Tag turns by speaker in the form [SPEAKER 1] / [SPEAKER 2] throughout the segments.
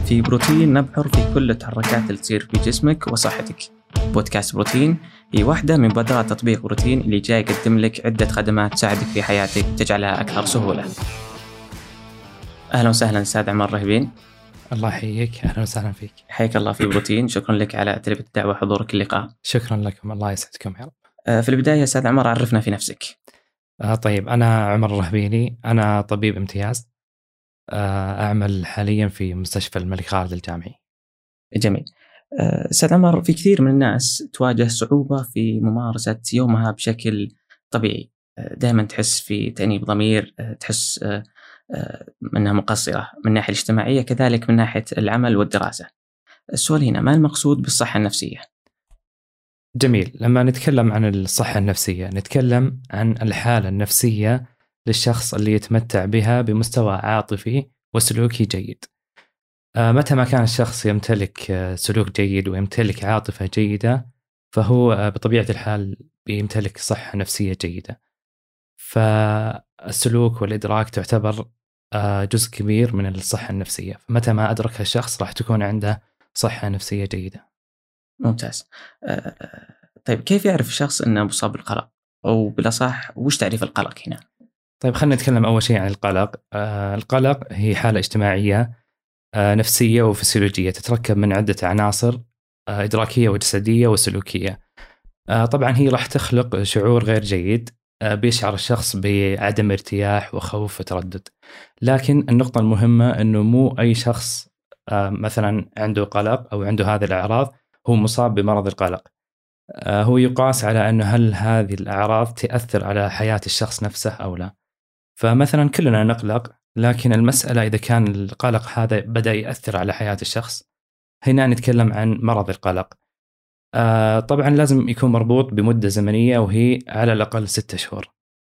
[SPEAKER 1] في بروتين نبحر في كل التحركات اللي تصير في جسمك وصحتك. بودكاست بروتين هي واحدة من مبادرات تطبيق بروتين اللي جاي يقدم لك عدة خدمات تساعدك في حياتك تجعلها أكثر سهولة. أهلا وسهلا أستاذ عمر رهبين.
[SPEAKER 2] الله يحييك، أهلا وسهلا فيك.
[SPEAKER 1] حياك الله في بروتين، شكرا لك على تلبية الدعوة وحضورك اللقاء.
[SPEAKER 2] شكرا لكم، الله يسعدكم يا رب.
[SPEAKER 1] في البداية أستاذ عمر عرفنا في نفسك.
[SPEAKER 2] طيب، أنا عمر الرهبيني، أنا طبيب امتياز، أعمل حاليا في مستشفى الملك خالد الجامعي.
[SPEAKER 1] جميل. أستاذ عمر، في كثير من الناس تواجه صعوبة في ممارسة يومها بشكل طبيعي، دائما تحس في تأنيب ضمير، تحس منها مقصرة من الناحية الاجتماعية، كذلك من ناحية العمل والدراسة. السؤال هنا، ما المقصود بالصحة النفسية؟
[SPEAKER 2] جميل. لما نتكلم عن الصحة النفسية نتكلم عن الحالة النفسية للشخص اللي يتمتع بها بمستوى عاطفي وسلوكي جيد. متى ما كان الشخص يمتلك سلوك جيد ويمتلك عاطفة جيدة، فهو بطبيعة الحال يمتلك صحة نفسية جيدة. فالسلوك والإدراك تعتبر جزء كبير من الصحة النفسية، فمتى ما أدركها الشخص راح تكون عنده صحة نفسية جيدة.
[SPEAKER 1] ممتاز. طيب، كيف يعرف الشخص أنه مصاب بالقلق؟ أو بالأصح، وش تعريف القلق هنا؟
[SPEAKER 2] طيب، خلينا نتكلم أول شيء عن القلق. القلق هي حالة اجتماعية نفسية وفسيولوجية تتركب من عدة عناصر إدراكية وجسدية وسلوكية. طبعا هي راح تخلق شعور غير جيد، بيشعر الشخص بعدم ارتياح وخوف وتردد. لكن النقطة المهمة أنه مو أي شخص مثلا عنده قلق أو عنده هذه الأعراض هو مصاب بمرض القلق. هو يقاس على أنه هل هذه الأعراض تأثر على حياة الشخص نفسه أو لا. فمثلا كلنا نقلق، لكن المسألة إذا كان القلق هذا بدأ يأثر على حياة الشخص، هنا نتكلم عن مرض القلق. طبعا لازم يكون مربوط بمدة زمنية وهي على الأقل 6 شهور.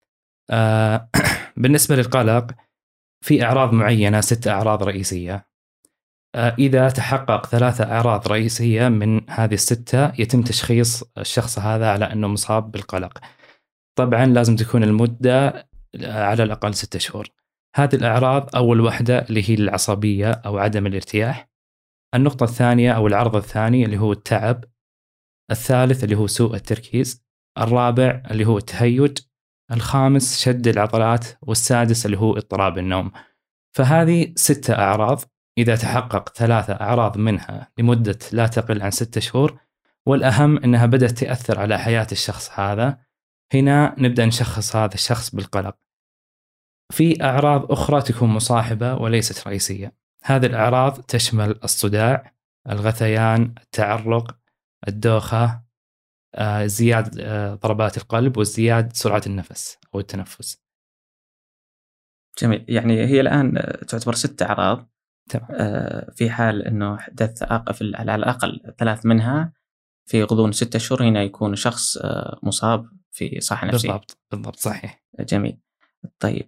[SPEAKER 2] بالنسبة للقلق في أعراض معينة، 6 أعراض رئيسية. إذا تحقق 3 أعراض رئيسية من هذه ال6 يتم تشخيص الشخص هذا على أنه مصاب بالقلق. طبعا لازم تكون المدة على الأقل 6 شهور. هذه الأعراض، أول واحدة اللي هي العصبية أو عدم الارتياح، النقطة الثانية أو العرض الثاني اللي هو التعب، الثالث اللي هو سوء التركيز، الرابع اللي هو التهيج، الخامس شد العضلات، والسادس اللي هو اضطراب النوم. فهذه 6 أعراض. إذا تحقق 3 أعراض منها لمدة لا تقل عن 6 شهور، والأهم أنها بدأت تأثر على حياة الشخص هذا، هنا نبدأ نشخص هذا الشخص بالقلق. في أعراض أخرى تكون مصاحبة وليست رئيسية. هذه الأعراض تشمل الصداع، الغثيان، التعرق، الدوخة، زيادة ضربات القلب، وزيادة سرعة النفس أو التنفس.
[SPEAKER 1] جميل. يعني هي الآن تعتبر 6 أعراض.
[SPEAKER 2] تمام.
[SPEAKER 1] في حال أنه حدث على الأقل 3 منها في غضون 6 شهور، هنا يكون شخص مصاب في صحة نفسية.
[SPEAKER 2] بالضبط صحيح.
[SPEAKER 1] جميل. طيب،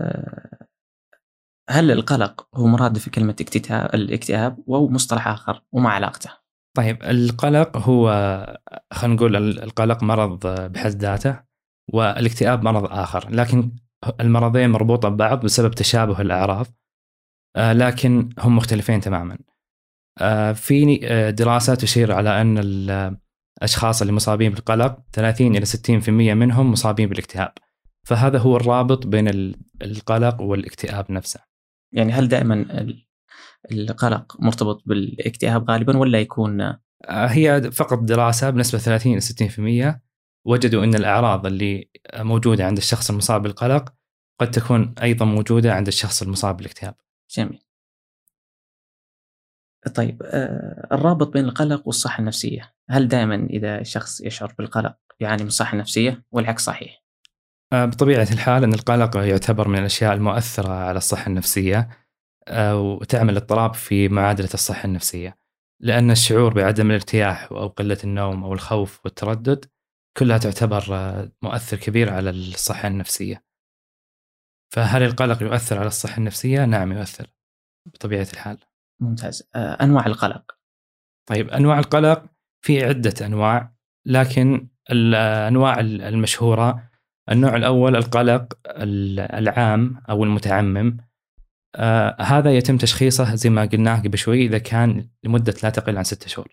[SPEAKER 1] هل القلق هو مرادف في كلمة الاكتئاب أو مصطلح آخر وما علاقته؟
[SPEAKER 2] طيب، القلق هو، خلينا نقول القلق مرض بحد ذاته، والاكتئاب مرض آخر، لكن المرضين مربوطة ببعض بسبب تشابه الأعراض، لكن هم مختلفين تماما. في دراسة تشير على أن الأشخاص اللي مصابين بالقلق 30 إلى 60% منهم مصابين بالاكتئاب. فهذا هو الرابط بين القلق والاكتئاب نفسه.
[SPEAKER 1] يعني هل دائما القلق مرتبط بالاكتئاب غالبا، ولا يكون
[SPEAKER 2] هي فقط دراسة بنسبة 30 إلى 60%، وجدوا أن الأعراض اللي موجودة عند الشخص المصاب بالقلق قد تكون أيضا موجودة عند الشخص المصاب بالاكتئاب.
[SPEAKER 1] جميل. طيب، الرابط بين القلق والصحة النفسية، هل دائما إذا الشخص يشعر بالقلق يعاني من الصحة النفسية والعكس صحيح؟
[SPEAKER 2] بطبيعة الحال أن القلق يعتبر من الأشياء المؤثرة على الصحة النفسية، وتعمل اضطراب في معادلة الصحة النفسية، لأن الشعور بعدم الارتياح أو قلة النوم أو الخوف والتردد كلها تعتبر مؤثر كبير على الصحة النفسية. فهل القلق يؤثر على الصحة النفسية؟ نعم، يؤثر بطبيعة الحال.
[SPEAKER 1] ممتاز. أنواع القلق.
[SPEAKER 2] طيب، أنواع القلق في عدة أنواع، لكن الأنواع المشهورة: النوع الأول القلق العام أو المتعمم، هذا يتم تشخيصه زي ما قلناه قبل شوي إذا كان لمدة لا تقل عن 6 شهور.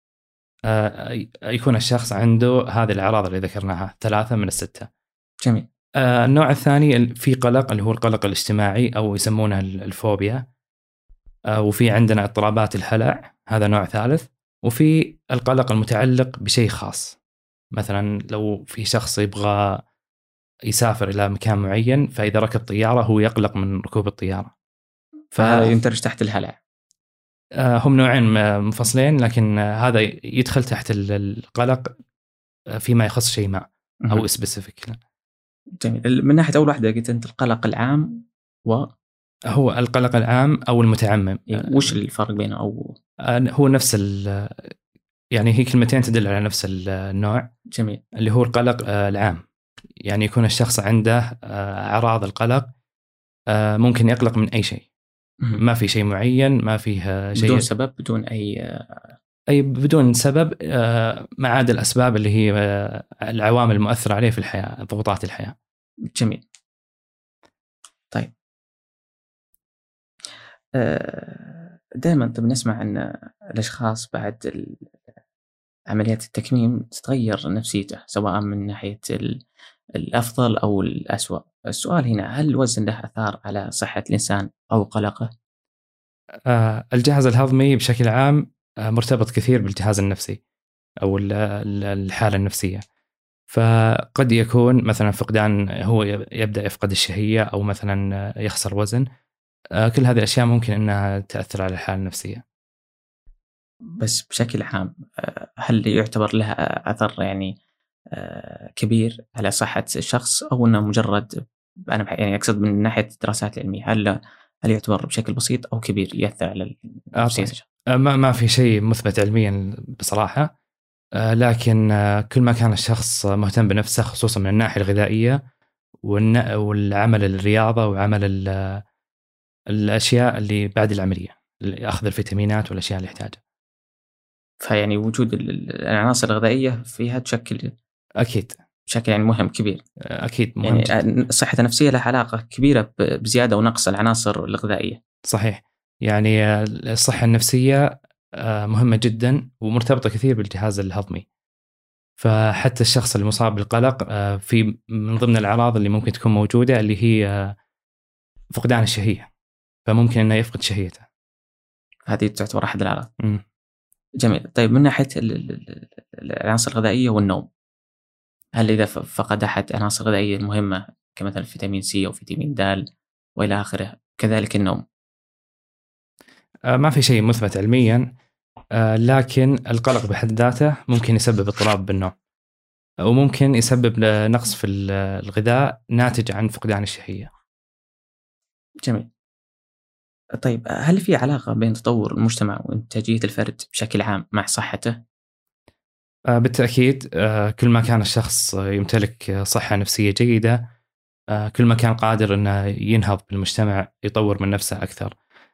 [SPEAKER 2] يكون الشخص عنده هذه الأعراض اللي ذكرناها 3 من 6.
[SPEAKER 1] جميل.
[SPEAKER 2] النوع الثاني في قلق اللي هو القلق الاجتماعي أو يسمونه الفوبيا. وفي عندنا اضطرابات الهلع، هذا نوع ثالث. وفي القلق المتعلق بشيء خاص، مثلا لو في شخص يبغى يسافر إلى مكان معين فإذا ركب طيارة هو يقلق من ركوب الطيارة،
[SPEAKER 1] فهذا يندرج تحت الهلع.
[SPEAKER 2] هم نوعين منفصلين، لكن هذا يدخل تحت القلق فيما يخص شيء ما أو سبيسيفيك.
[SPEAKER 1] جميل. من ناحية أول واحدة قلت أنت القلق العام
[SPEAKER 2] هو القلق العام أو المتعمم.
[SPEAKER 1] وش الفرق بينه؟ أو
[SPEAKER 2] هو نفس يعني هي كلمتين تدل على نفس النوع.
[SPEAKER 1] جميل.
[SPEAKER 2] اللي هو القلق العام، يعني يكون الشخص عنده أعراض القلق، ممكن يقلق من أي شيء، ما في شيء معين، ما فيه شيء
[SPEAKER 1] بدون سبب، بدون
[SPEAKER 2] أي بدون سبب، ما عدا الأسباب اللي هي العوامل المؤثرة عليه في الحياة، ضغوطات الحياة.
[SPEAKER 1] جميل. طيب دائما نسمع عن الأشخاص بعد عمليات التكميم تتغير نفسيته، سواء من ناحية الأفضل أو الأسوأ. السؤال هنا، هل الوزن له أثار على صحة الإنسان أو قلقه؟
[SPEAKER 2] الجهاز الهضمي بشكل عام مرتبط كثير بالجهاز النفسي أو الحالة النفسية. فقد يكون مثلا فقدان، هو يبدأ يفقد الشهية أو مثلا يخسر وزن. كل هذه الأشياء ممكن أنها تأثر على الحالة النفسية.
[SPEAKER 1] بس بشكل عام هل يعتبر لها أثر يعني كبير على صحة الشخص، أو أنه مجرد، أنا يعني أقصد من ناحية الدراسات العلمية، هل يعتبر بشكل بسيط أو كبير يأثر على نفسية الشخص؟
[SPEAKER 2] ما في شيء مثبت علميا بصراحة، لكن كل ما كان الشخص مهتم بنفسه، خصوصا من الناحية الغذائية والعمل الرياضة وعمل الأشياء اللي بعد العملية، أخذ الفيتامينات والأشياء اللي يحتاجها.
[SPEAKER 1] فيعني وجود العناصر الغذائية فيها تشكل
[SPEAKER 2] أكيد
[SPEAKER 1] بشكل يعني مهم كبير.
[SPEAKER 2] أكيد مهم
[SPEAKER 1] يعني
[SPEAKER 2] جدا.
[SPEAKER 1] الصحة النفسية لها علاقة كبيرة بزيادة ونقص العناصر الغذائية.
[SPEAKER 2] صحيح، يعني الصحة النفسية مهمة جدا ومرتبطة كثير بالجهاز الهضمي. فحتى الشخص المصاب بالقلق في من ضمن الأعراض اللي ممكن تكون موجودة اللي هي فقدان الشهية، فممكن أنه يفقد شهيته.
[SPEAKER 1] هذه تعتبر أحد الأعراض. جميل. طيب من ناحية العناصر الغذائية والنوم، هل إذا فقد أحد العناصر الغذائية المهمة كمثلا فيتامين سي أو فيتامين د وإلى آخره، كذلك النوم؟
[SPEAKER 2] ما في شيء مثبت علميا، لكن القلق بحد ذاته ممكن يسبب اضطراب بالنوم، وممكن يسبب نقص في الغذاء ناتج عن فقدان الشهية.
[SPEAKER 1] جميل. طيب هل في علاقة بين تطور المجتمع وإنتاجية الفرد بشكل عام مع صحته؟
[SPEAKER 2] بالتأكيد. كل ما كان الشخص يمتلك صحة نفسية جيدة، كل ما كان قادر أنه ينهض بالمجتمع، يطور من نفسه أكثر،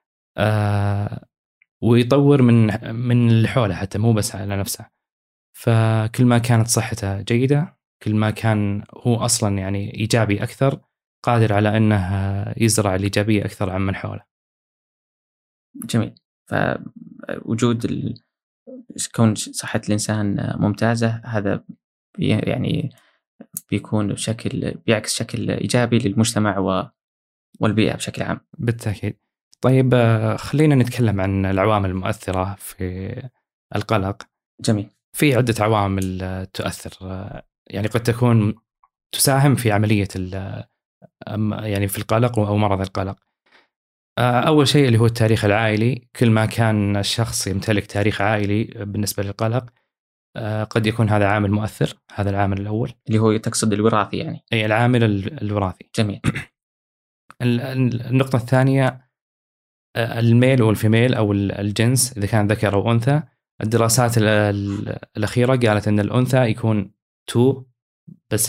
[SPEAKER 2] ويطور من اللي حوله حتى، مو بس على نفسه. فكل ما كانت صحته جيدة، كل ما كان هو أصلا يعني إيجابي أكثر، قادر على أنه يزرع الإيجابية أكثر عن من حوله.
[SPEAKER 1] جميل. فوجود كون صحة الإنسان ممتازة، هذا يعني بيكون بيعكس شكل إيجابي للمجتمع والبيئة بشكل عام.
[SPEAKER 2] بالتأكيد. طيب خلينا نتكلم عن العوامل المؤثرة في القلق.
[SPEAKER 1] جميل.
[SPEAKER 2] في عدة عوامل تؤثر، يعني قد تكون تساهم في عملية يعني في القلق أو مرض القلق. أول شيء اللي هو التاريخ العائلي. كل ما كان الشخص يمتلك تاريخ عائلي بالنسبة للقلق، قد يكون هذا عامل مؤثر. هذا العامل الأول اللي
[SPEAKER 1] هو تقصد الوراثي يعني؟
[SPEAKER 2] أي العامل الوراثي.
[SPEAKER 1] جميل.
[SPEAKER 2] النقطة الثانية الميل والفيميل أو الجنس، إذا كان ذكر أو أنثى. الدراسات الأخيرة قالت أن الأنثى يكون 2 بس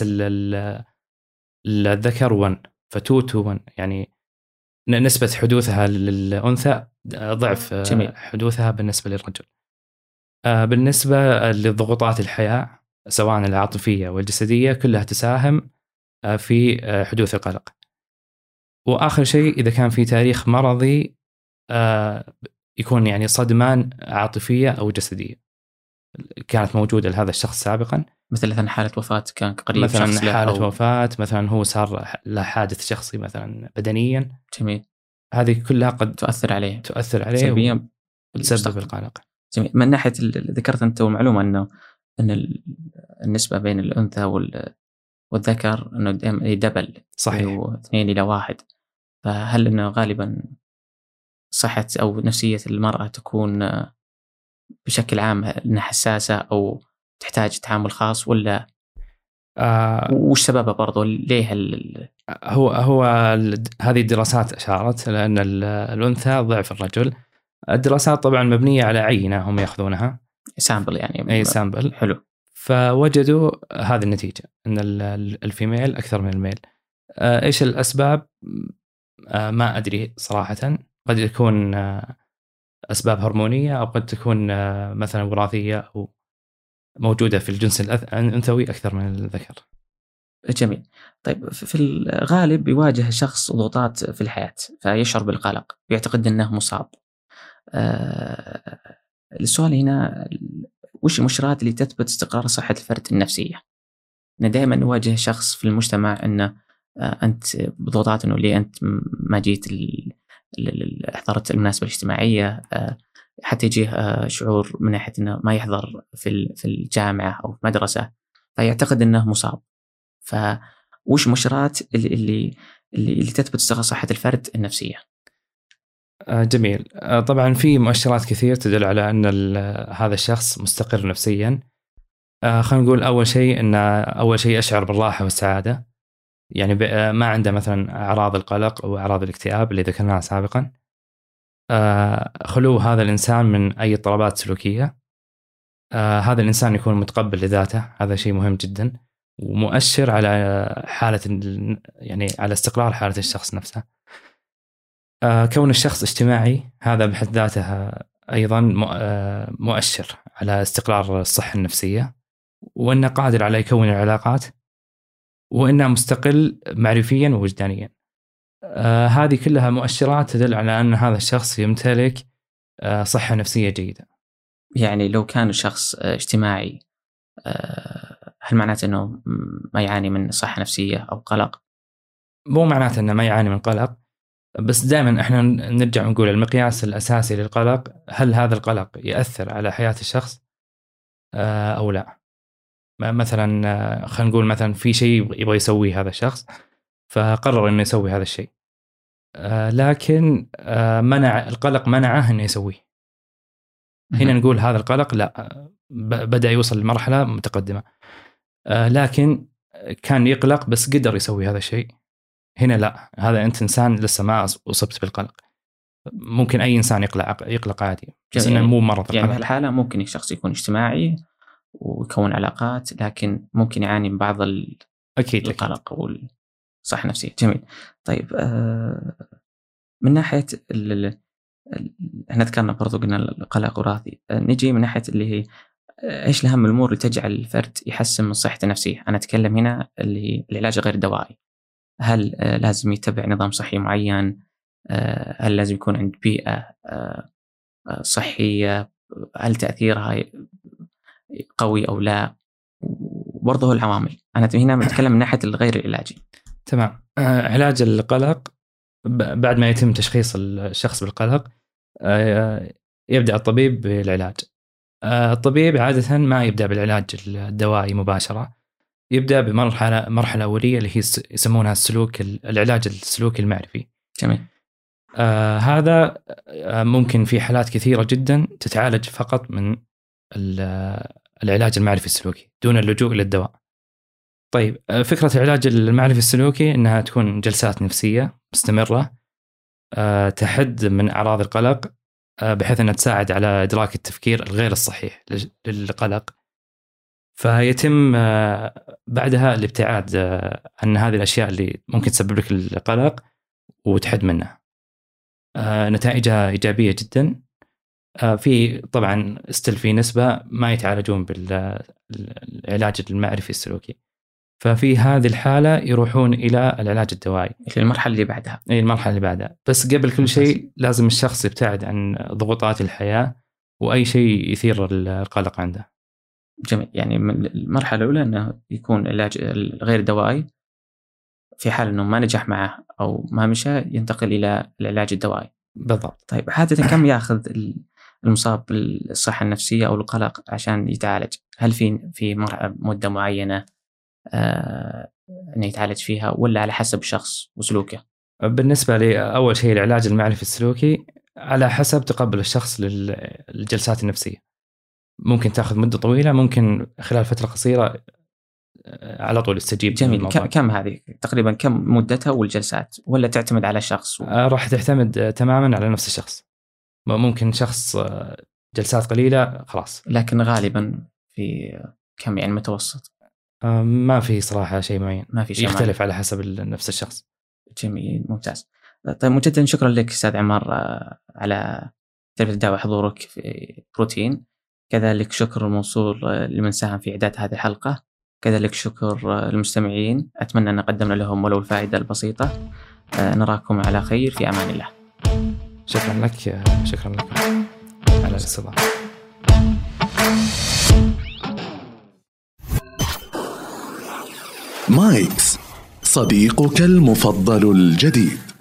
[SPEAKER 2] الذكر 1، ف2 to 1، يعني نسبة حدوثها للأنثى ضعف
[SPEAKER 1] جميل.
[SPEAKER 2] حدوثها بالنسبة للرجل. بالنسبة لضغوطات الحياة سواء العاطفية والجسدية، كلها تساهم في حدوث القلق. وآخر شيء إذا كان في تاريخ مرضي يكون يعني صدمة عاطفية أو جسدية كانت موجودة لهذا الشخص سابقا،
[SPEAKER 1] مثلا حالة وفاة كان قريب
[SPEAKER 2] مثلا
[SPEAKER 1] شخص له
[SPEAKER 2] حالة وفاة، مثلا هو صار له حادث شخصي مثلا بدنيا.
[SPEAKER 1] جميل.
[SPEAKER 2] هذه كلها قد
[SPEAKER 1] تؤثر عليه
[SPEAKER 2] سلبيا
[SPEAKER 1] وتسبب
[SPEAKER 2] القلق.
[SPEAKER 1] جميل. من ناحية ذكرت أنت معلومة أن النسبة بين الأنثى والذكر أنه دائما يدبل،
[SPEAKER 2] صحيح.
[SPEAKER 1] 2-1. فهل أنه غالبا صحة أو نفسية المرأة تكون بشكل عام أنها حساسة أو تحتاج تعامل خاص، ولا وش سببه برضو؟ ليه
[SPEAKER 2] هو هذه الدراسات أشارت لأن الأنثى ضعف الرجل. الدراسات طبعا مبنية على عينة هم يأخذونها
[SPEAKER 1] سامبل، يعني
[SPEAKER 2] أي سامبل.
[SPEAKER 1] حلو.
[SPEAKER 2] فوجدوا هذه النتيجة أن الفيميل أكثر من الميل. إيش الأسباب؟ ما أدري صراحة. قد يكون أسباب هرمونية، أو قد تكون مثلا وراثية أو موجودة في الجنس الأنثوي أكثر من الذكر.
[SPEAKER 1] جميل. طيب في الغالب يواجه الشخص ضغوطات في الحياة فيشعر بالقلق، يعتقد أنه مصاب. السؤال هنا، وش المؤشرات اللي تثبت استقرار صحة الفرد النفسية؟ دائما نواجه شخص في المجتمع أنه أنت بضغوطات، أنه ليه أنت ما جيت حضرت المناسبة الاجتماعية، حتى يجيه شعور من ناحية أنه ما يحضر في الجامعة أو مدرسة فيعتقد أنه مصاب. فوش المؤشرات اللي تثبت استقرار صحة الفرد النفسية؟
[SPEAKER 2] جميل. طبعا في مؤشرات كثير تدل على أن هذا الشخص مستقر نفسيا. خلينا نقول أول شيء أشعر بالراحة والسعادة، يعني ما عنده مثلا أعراض القلق أو أعراض الاكتئاب اللي ذكرناها سابقا. خلو هذا الإنسان من أي اضطرابات سلوكية. هذا الإنسان يكون متقبل لذاته، هذا شيء مهم جدا ومؤشر على حالة، يعني على استقرار حالة الشخص نفسه. كون الشخص اجتماعي هذا بحد ذاته أيضا مؤشر على استقرار الصحة النفسية، وأنه قادر على يكون العلاقات، وأنه مستقل معرفيا ووجدانيا. هذه كلها مؤشرات تدل على أن هذا الشخص يمتلك صحة نفسية جيدة.
[SPEAKER 1] يعني لو كان الشخص اجتماعي، هل معناته أنه ما يعاني من صحة نفسية أو قلق؟
[SPEAKER 2] مو معناته أنه ما يعاني من قلق، بس دائما احنا نرجع نقول المقياس الأساسي للقلق، هل هذا القلق يأثر على حياة الشخص أو لا. مثلا خلينا نقول مثلا في شيء يبغى يسويه هذا الشخص فقرر انه يسوي هذا الشيء، لكن القلق منعه انه يسويه. هنا نقول هذا القلق لا، بدأ يوصل لمرحلة متقدمة، لكن كان يقلق بس قدر يسوي هذا الشيء. هنا لا، هذا أنت إنسان لسه ما أصبت بالقلق. ممكن أي إنسان يقلق عادي، بس إنه مو مرض القلق.
[SPEAKER 1] يعني بهالحالة ممكن الشخص يكون اجتماعي ويكون علاقات، لكن ممكن يعاني من بعض
[SPEAKER 2] أكيد
[SPEAKER 1] القلق والصحة النفسية. جميل. طيب من ناحية احنا ذكرنا برضو قلنا القلق وراثي، نجي من ناحية اللي هي ايش الأهم الأمور اللي تجعل الفرد يحسن من صحته النفسية؟ أنا أتكلم هنا اللي هي العلاج غير الدوائي. هل لازم يتبع نظام صحي معين؟ هل لازم يكون عند بيئة صحية؟ هل تأثيرها قوي أو لا؟ وبرضه العوامل. أنا هنا بتكلم من ناحية الغير العلاجي.
[SPEAKER 2] تمام. علاج القلق بعد ما يتم تشخيص الشخص بالقلق يبدأ الطبيب بالعلاج. الطبيب عادة ما يبدأ بالعلاج الدوائي مباشرة، يبدأ مرحلة أولية اللي هي يسمونها العلاج السلوكي المعرفي.
[SPEAKER 1] جميل.
[SPEAKER 2] هذا ممكن في حالات كثيرة جدا تتعالج فقط من العلاج المعرفي السلوكي دون اللجوء إلى الدواء. طيب، فكرة العلاج المعرفي السلوكي إنها تكون جلسات نفسية مستمرة تحد من أعراض القلق، بحيث أنها تساعد على إدراك التفكير الغير الصحيح للقلق. فيتم بعدها الابتعاد عن هذه الأشياء اللي ممكن تسبب لك القلق وتحد منه. نتائجها إيجابية جدا. في طبعا في نسبة ما يتعالجون بالعلاج المعرفي السلوكي، ففي هذه الحالة يروحون إلى العلاج الدوائي،
[SPEAKER 1] المرحلة اللي بعدها.
[SPEAKER 2] أي المرحلة اللي بعدها. بس قبل كل شيء لازم الشخص يبتعد عن ضغوطات الحياة وأي شيء يثير القلق عنده.
[SPEAKER 1] جميل. يعني المرحلة الأولى أنه يكون العلاج الغير دوائي، في حال أنه ما نجح معه أو ما مشى ينتقل إلى العلاج الدوائي.
[SPEAKER 2] بالضبط.
[SPEAKER 1] طيب عادة كم يأخذ المصاب بالصحة النفسية أو القلق عشان يتعالج؟ هل في مدة معينة أنه يتعالج فيها، ولا على حسب الشخص وسلوكه؟
[SPEAKER 2] بالنسبة لي أول شيء العلاج المعرفي السلوكي على حسب تقبل الشخص للجلسات النفسية. ممكن تأخذ مدة طويلة، ممكن خلال فترة قصيرة على طول يستجيب.
[SPEAKER 1] جميل. كم هذه تقريبا، كم مدتها والجلسات، ولا تعتمد على الشخص؟
[SPEAKER 2] راح تعتمد تماما على نفس الشخص. ممكن شخص جلسات قليلة خلاص،
[SPEAKER 1] لكن غالبا في كم يعني متوسط؟
[SPEAKER 2] ما في صراحة شيء معين،
[SPEAKER 1] ما في شيء
[SPEAKER 2] يختلف على حسب نفس الشخص.
[SPEAKER 1] جميل، ممتاز. طيب مجددا شكرا لك أستاذ عمار على تلبية الدعوة حضورك في بروتين. كذلك شكر موصول لمن ساهم في إعداد هذه الحلقة. كذلك شكر المستمعين، أتمنى أن قدمنا لهم ولو الفائدة البسيطة. نراكم على خير، في أمان الله.
[SPEAKER 2] شكرا لك، شكرا لك على الاستضافة.
[SPEAKER 3] مايكس، صديقك المفضل الجديد.